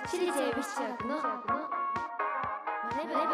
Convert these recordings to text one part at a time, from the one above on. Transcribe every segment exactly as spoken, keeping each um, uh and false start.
私立恵比寿中学のマネブ。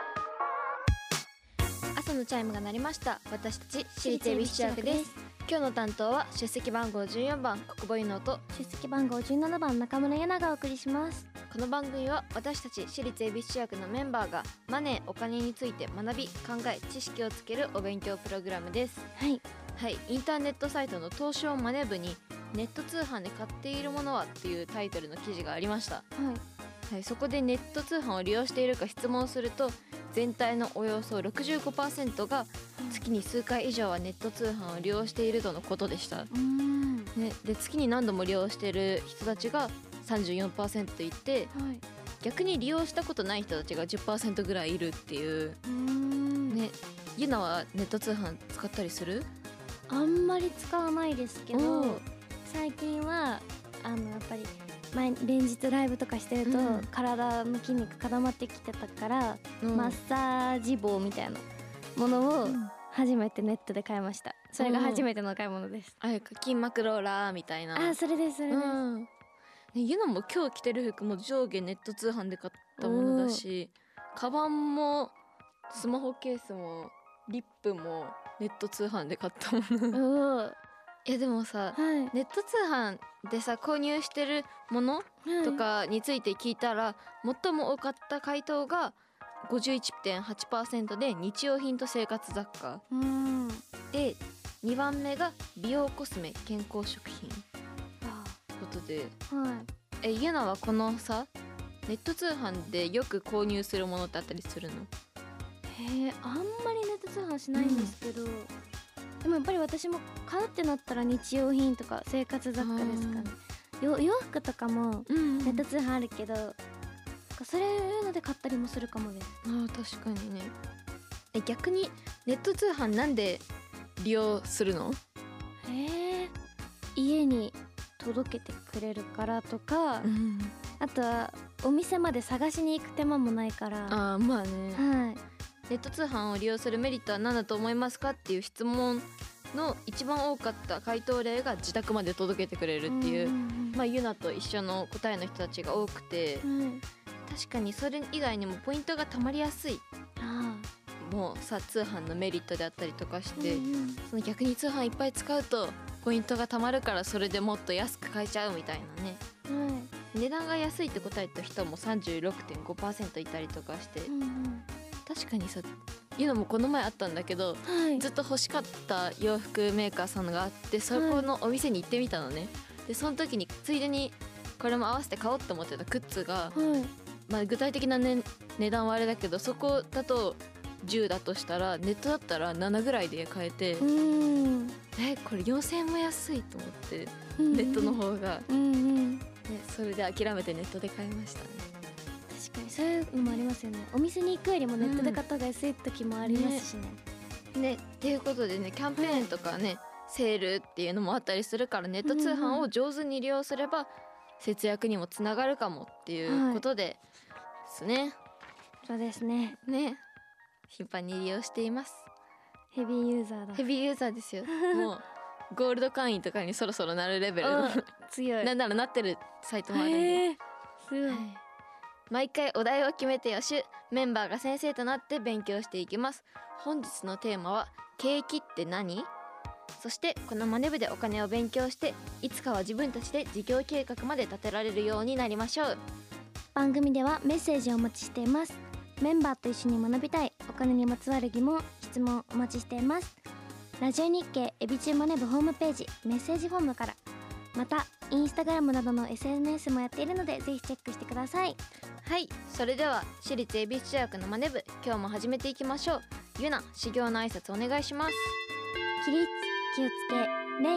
朝のチャイムが鳴りました。私たち私立恵比寿中学です。今日の担当は出席番号じゅうよんばん国母ゆのと出席番号じゅうななばん中村ゆながお送りします。 この番組は私たち私立恵比寿中学のメンバーがマネーお金について学び考え知識をつけるお勉強プログラムです。 はいはい、インターネットサイトの東証マネ部にネット通販で買っているものはっていうタイトルの記事がありました。 はいはい、そこでネット通販を利用しているか質問すると全体のおよそ ろくじゅうごパーセント が月に数回以上はネット通販を利用しているとのことでした。 うーん、 ね、で月に何度も利用している人たちが さんじゅうよんパーセント いて、 はい、 逆に利用したことない人たちが じゅっパーセント ぐらいいるっていう、 うーん、 ね、ゆなはネット通販使ったりする？ あんまり使わないですけうんど、最近はあのやっぱり前連日ライブとかしてると、 うん体の筋肉固まってきてたから、 うんマッサージ棒みたいなものをうん初めてネットで買いました。それが初めての買い物です。 あれか筋膜ローラーみたいな。 あ、それですそれです。 うんね、ゆなも今日着てる服も上下ネット通販で買ったものだし、カバンもスマホケースもリップもネット通販で買ったもの。 おー、 いやでもさ、 はいネット通販でさ購入してるものはいとかについて聞いたら、最も多かった回答が ごじゅういってんはちパーセント で日用品と生活雑貨うーん、 で、にばんめが美容コスメ健康食品ってあことで、 はいえゆなはこのさネット通販でよく購入するものってあったりするの？ へえ、あんまりネット通販しないんですけど、でもやっぱり私も買うってなったら日用品とか生活雑貨ですかね。よ洋服とかもうんネット通販あるけど、なんかそういうので買ったりもするかもです。 あー確かにね。え逆にネット通販なんで利用するの？ へえ、家に届けてくれるからとか、 ん、 あとはお店まで探しに行く手間もないから。 あーまあね、 はいネット通販を利用するメリットは何だと思いますかっていう質問の一番多かった回答例が自宅まで届けてくれるっていう、 んんんまあゆなと一緒の答えの人たちが多くて、 うん、 確かにそれ以外にもポイントがたまりやすいあもうさ通販のメリットであったりとかしーて、 うんうんその逆に通販いっぱい使うとポイントがたまるからそれでもっと安く買えちゃうみたいなね。 はい値段が安いって答えた人も さんじゅうろくてんごパーセント いたりとかして、 うんうん確かにさいうのもこの前あったんだけど、 はいずっと欲しかった洋服メーカーさんがあってそこのお店に行ってみたのね。でその時についでにこれも合わせて買おうって思ってた靴が、 はいまあ、具体的な、ね、値段はあれだけどそこだとじゅうだとしたらネットだったらななぐらいで買えて、 うーんえこれよんせんえんも安いと思ってネネットの方が、 うんうんね、それで諦めてネットで買いましたね。 確かにそういうのもありますよね。お店に行くよりもネットで買った方が安い時もありますしね。 ねっていうことでねキャンペーンとかね、セールっていうのもあったりするからネット通販を上手に利用すれば節約にもつながるかもっていうことでですね。 そうですね。 ね頻繁に利用しています。 ヘビーユーザーだ。 ヘビーユーザーですよ。もうゴールド会員とかにそろそろなるレベルのうん強い。 なんならなってるサイトもあるんで、 へーすごい。 はい毎回お題を決めて予習、メンバーが先生となって勉強していきます。本日のテーマは景気って何？そしてこのマネ部でお金を勉強していつかは自分たちで事業計画まで立てられるようになりましょう。 番組ではメッセージをお待ちしています。メンバーと一緒に学びたいお金にまつわる疑問、質問お待ちしています。ラジオ日経エビチューマネ部ホームページメッセージフォームから、またインスタグラムなどの エスエヌエス もやっているのでぜひチェックしてください。 はい、それでは私立恵比寿中学のマネ部今日も始めていきましょう。ゆな修行の挨拶お願いします。 起立、気をつけ、礼。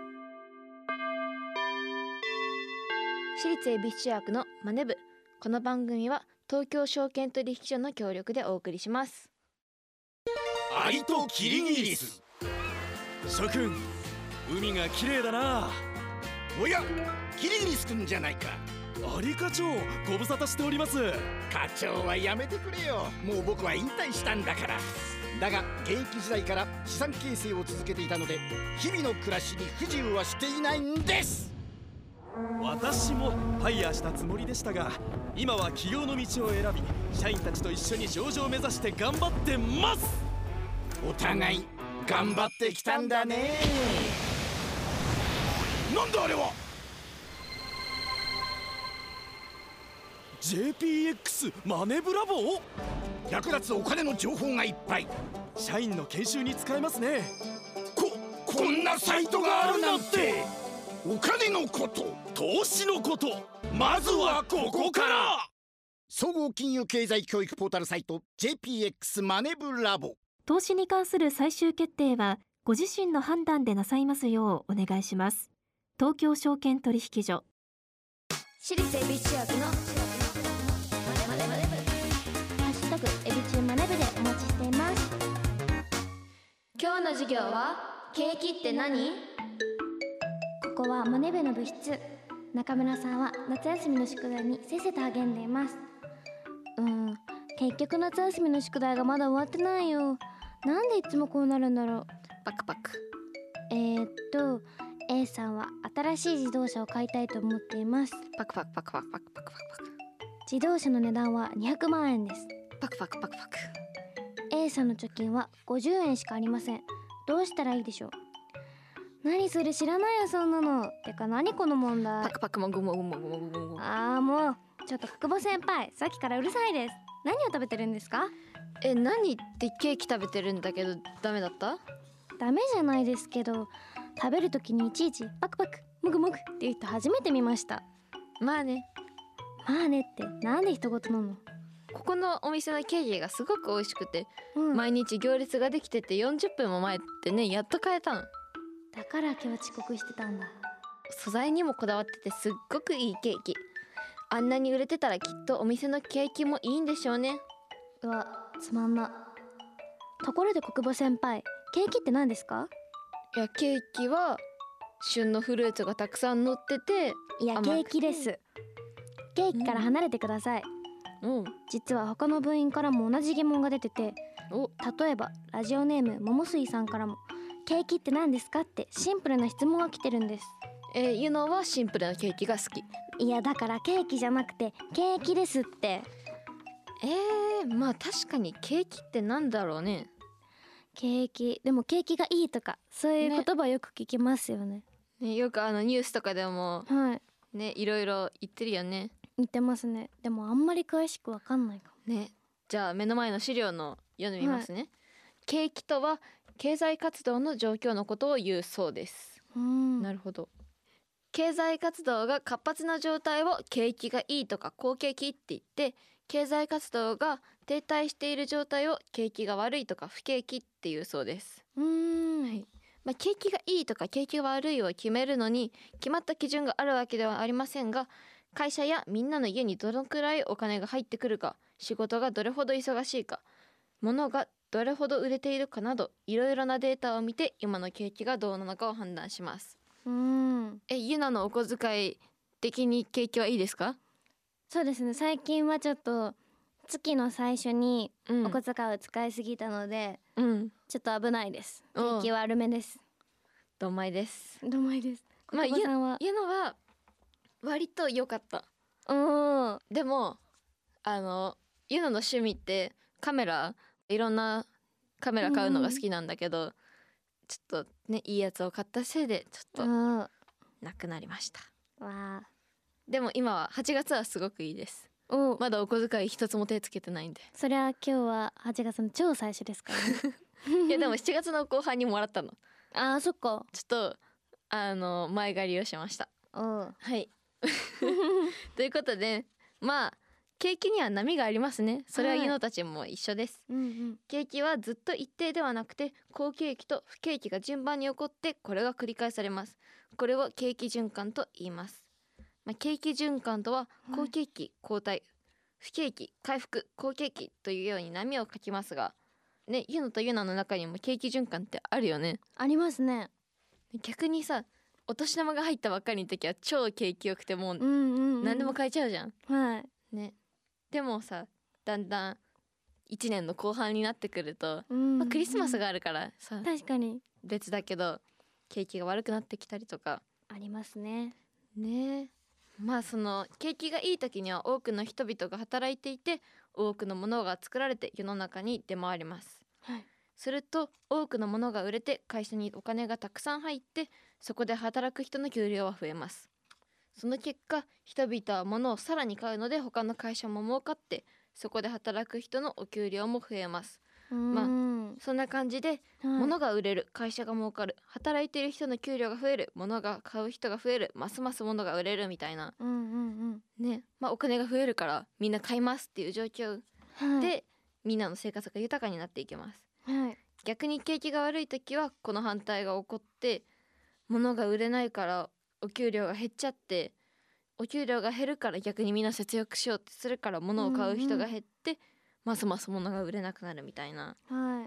私立恵比寿中学のマネ部、この番組は東京証券取引所の協力でお送りします。 アリとキリギリス。 諸君、海が綺麗だな。 おや、キリギリス君じゃないか。 アリ課長、ご無沙汰しております。 課長はやめてくれよ。もう僕は引退したんだから。だが現役時代から資産形成を続けていたので日々の暮らしに不自由はしていないんです。 私もファイヤーしたつもりでしたが、今は起業の道を選び、社員たちと一緒に上場を目指して頑張ってます。 お互い頑張ってきたんだね。なんだあれは。 ジェーピーエックス マネブラボー。 役立つお金の情報がいっぱい。 社員の研修に使えますね。 ここんなサイトがあるなんて。お金のこと、 投資のこと、まずはここから。 総合金融経済教育ポータルサイト ジェーピーエックス マネブラボ。 投資に関する最終決定はご自身の判断でなさいますようお願いします。東京証券取引所。 私立恵比寿中学のマネマネブ。 ハッシュタグエビチューマネブでお待ちしています。 今日の授業は景気って何？ ここはマネ部の部室。中村さんは夏休みの宿題にせっせと励んでいます。うーん結局夏休みの宿題がまだ終わってないよ。なんでいつもこうなるんだろう。 パクパク。 えー、っと A さんは新しい自動車を買いたいと思っています。 パクパクパクパクパクパクパクパク。 自動車の値段はにひゃくまんえんです。 パクパクパクパク。 A さんの貯金はごじゅうえんしかありません。どうしたらいいでしょう。何それ知らないよそんなの。てか何この問題。 パクパクもぐもぐもぐもぐもぐ。 あーもうちょっと久保先輩、さっきからうるさいです。何を食べてるんですか？ え、何ってケーキ食べてるんだけどダメだった？ ダメじゃないですけど、食べるときにいちいちパクパクもぐもぐって言う人初めて見ました。 まあね。 まあねってなんで一言なの？ ここのお店のケーキがすごく美味しくて、 うん、 毎日行列ができててよんじゅっぷんも前ってね、やっと買えたの。 だから今日遅刻してたんだ。 素材にもこだわっててすっごくいいケーキ。あんなに売れてたらきっとお店のケーキもいいんでしょうね。 うわ、つまんな。ところで国母先輩、ケーキって何ですか？ いや、ケーキは旬のフルーツがたくさん乗ってて。 いや、ケーキです。ケーキから離れてください。 うん、 実は他の部員からも同じ疑問が出てて、 お例えばラジオネームももすいさんからもケーキって何ですかってシンプルな質問が来てるんです。 えー、ユノはシンプルなケーキが好き。 いやだからケーキじゃなくてケーキですって。 えー、まあ確かにケーキってなんだろうね。 ケーキでもケーキがいいとかそういう言葉よく聞きますよね。 ね、よくあのニュースとかでもはいね、いろいろ言ってるよね。 言ってますね。でもあんまり詳しくわかんないかもね。じゃあ目の前の資料の読んでみますね、はい、景気とは経済活動の状況のことを言うそうです。 うん、 なるほど。経済活動が活発な状態を景気がいいとか好景気って言って、経済活動が停滞している状態を景気が悪いとか不景気っていうそうです。 うーん、 はい。まあ、景気がいいとか景気が悪いを決めるのに決まった基準があるわけではありませんが、会社やみんなの家にどのくらいお金が入ってくるか、仕事がどれほど忙しいか、物がどれほど売れているかなど、いろいろなデータを見て今の景気がどうなのかを判断します。 うーん、 え、ユナのお小遣い的に景気はいいですか？ そうですね、最近はちょっと月の最初にうんお小遣いを使いすぎたので、 うんちょっと危ないです。 おう景気は悪めです。 どんまいです。 どんまいです。 まあ国母さんは、 ユナは割と良かった。 うん、 でもあのユナの趣味ってカメラ、いろんなカメラ買うのが好きなんだけど、ちょっとねいいやつを買ったせいでちょっとあなくなりました。 ーわでも今ははちがつはすごくいいです。 ーお、 まだお小遣い一つも手つけてないんでそりゃ今日ははちがつの超最初ですからねいやでもしちがつの後半にもらったの。 あーそっか。 ちょっとあの前借りをしました。 おうはいということで、まあ景気には波がありますね。それはユノたちも一緒です、 うんうん、 景気はずっと一定ではなくて、好景気と不景気が順番に起こって、これが繰り返されます。これを景気循環と言います。まあ、景気循環とは好景気後退、不景気回復、好景気というように波を書きますがね、ユノとユナの中にも景気循環ってあるよね。 ありますね。 逆にさ、お年玉が入ったばっかりの時は超景気よくてもううんうんうん、 何でも買えちゃうじゃん、 はいね。でもさ、だんだんいちねんの後半になってくると、 うん、 まあ、クリスマスがあるからさ確かに別だけど景気が悪くなってきたりとかありますね。 ねえ、まあその景気がいい時には多くの人々が働いていて、多くのものが作られて世の中に出回ります、 はい、 すると多くのものが売れて会社にお金がたくさん入って、そこで働く人の給料は増えます。その結果人々は物をさらに買うので、他の会社も儲かって、そこで働く人のお給料も増えます。まあそんな感じで、はい、物が売れる、会社が儲かる、働いている人の給料が増える、物が買う人が増える、ますます物が売れるみたいな、 うんうんうん、 ね、まあお金が増えるからみんな買いますっていう状況で、はい、みんなの生活が豊かになっていきます、はい、逆に景気が悪い時はこの反対が起こって、物が売れないからお給料が減っちゃって、お給料が減るから逆にみんな節約しようってするから物を買う人が減って、うんうん、ますます物が売れなくなるみたいな、はい、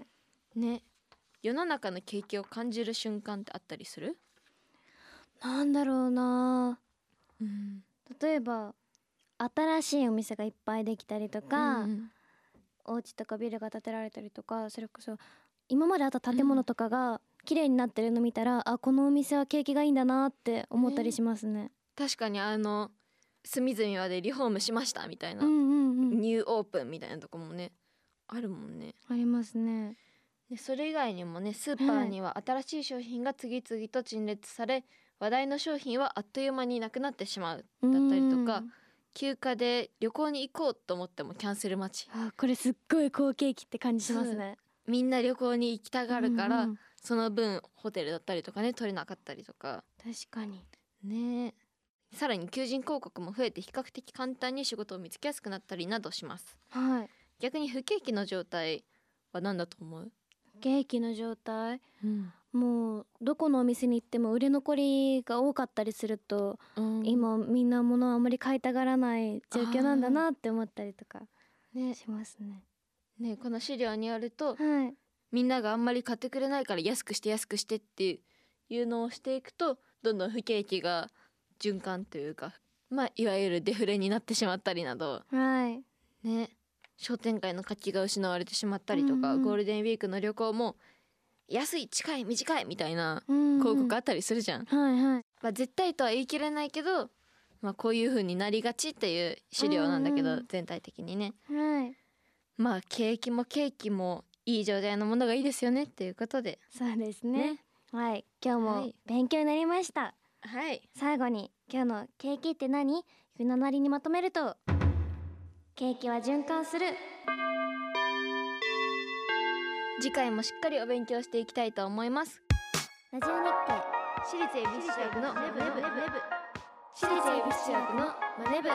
ね。世の中の景気を感じる瞬間ってあったりする？ なんだろうな、うん、例えば新しいお店がいっぱいできたりとか、うん、お家とかビルが建てられたりとか、それこそ今まであった建物とかが綺麗になってるの見たら、うん、あ、このお店は景気がいいんだなって思ったりしますね。 確かにあの隅々までリフォームしましたみたいな、うんうんうん、ニューオープンみたいなとこもねあるもんね。 ありますね。 でそれ以外にもね、スーパーには新しい商品が次々と陳列され、はい、話題の商品はあっという間になくなってしまうだったりとか、休暇で旅行に行こうと思ってもキャンセル待ち。 あ、これすっごい好景気って感じしますね。 みんな旅行に行きたがるから、うんうん、その分ホテルだったりとかね取れなかったりとか。 確かにね。さらに求人広告も増えて比較的簡単に仕事を見つけやすくなったりなどします、はい、逆に不景気の状態は何だと思う？ 不景気の状態、うん、もうどこのお店に行っても売れ残りが多かったりすると、うん、今みんな物をあまり買いたがらない状況なんだなって思ったりとか、ね、しますね。 ね、この資料によると、はい、みんながあんまり買ってくれないから安くして安くしてっていうのをしていくと、どんどん不景気が循環というか、まあ、いわゆるデフレになってしまったりなど、はいね、商店街の活気が失われてしまったりとか、うんうん、ゴールデンウィークの旅行も安い、近い、短いみたいな広告あったりするじゃん、うんうんはいはい、まあ、絶対とは言い切れないけど、まあ、こういう風になりがちっていう資料なんだけど、うんうん、全体的にね、はい、まあ景気も景気もいい状態のものがいいですよねっていうことで。 そうですね、ね、はい、今日も勉強になりました、 はい、 最後に今日の景気って何？ゆななりにまとめると、景気は循環する。 次回もしっかりお勉強していきたいと思います。 ラジオ日経私立恵比寿中学のマネブ私立恵比寿中学のマネブ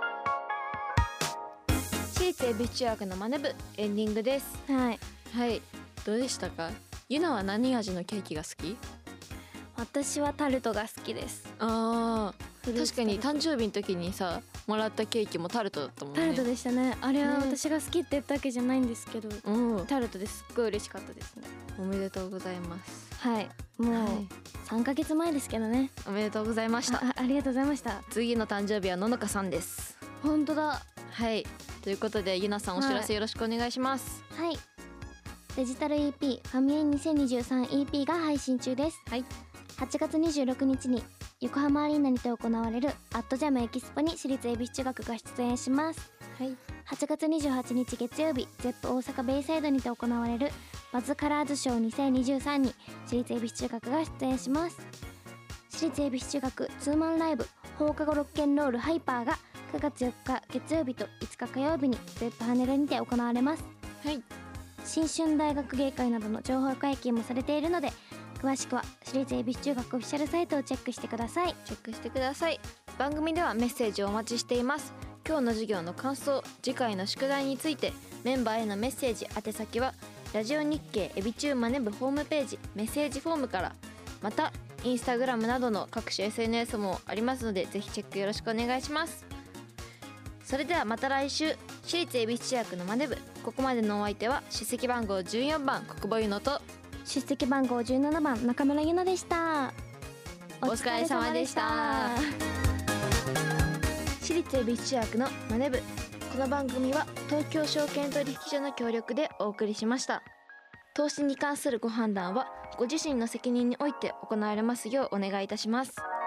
私立恵比寿中学のマネブエンディングです。はいはい、どうでしたか？ゆなは何味のケーキが好き？ 私はタルトが好きです。 あー、確かに誕生日の時にさもらったケーキもタルトだったもんね。 タルトでしたね。あれは私が好きって言ったわけじゃないんですけど、ね、タルトですっごい嬉しかったですね。 おめでとうございます。 はい、もうさんかげつまえですけどね。 おめでとうございました。 あ, ありがとうございました。 次の誕生日はののかさんです。 本当だ。 はい、ということでゆなさんお知らせよろしくお願いします。 はい、はい、デジタル イーピー ファミエンにせんにじゅうさん イーピー が配信中です。はい、はちがつにじゅうろくにちに横浜アリーナにて行われるアットジャムエキスポに私立恵比寿中学が出演します。はい、はちがつにじゅうはちにち月曜日、ゼップ大阪ベイサイドにて行われるバズカラーズショーにせんにじゅうさんに私立恵比寿中学が出演します。私立恵比寿中学ツーマンライブ放課後ロッケンロールハイパーがくがつよっか月曜日といつか火曜日にゼップ羽田にて行われます。はい、新春大学芸会などの情報解禁もされているので、詳しくは私立恵比寿中学オフィシャルサイトをチェックしてください。 チェックしてください。番組ではメッセージをお待ちしています。今日の授業の感想、次回の宿題についてメンバーへのメッセージ、宛先はラジオ日経エビチューマネブホームページメッセージフォームから、またインスタグラムなどの各種 エスエヌエス もありますので、ぜひチェックよろしくお願いします。それではまた来週。私立恵比寿中学のマネブ、ここまでのお相手は出席番号じゅうよんばん国母ゆのと出席番号じゅうななばん中村ゆなでした。 お疲れ様でした。私立恵比寿中学のマネブ、この番組は東京証券取引所の協力でお送りしました。投資に関するご判断はご自身の責任において行われますようお願いいたします。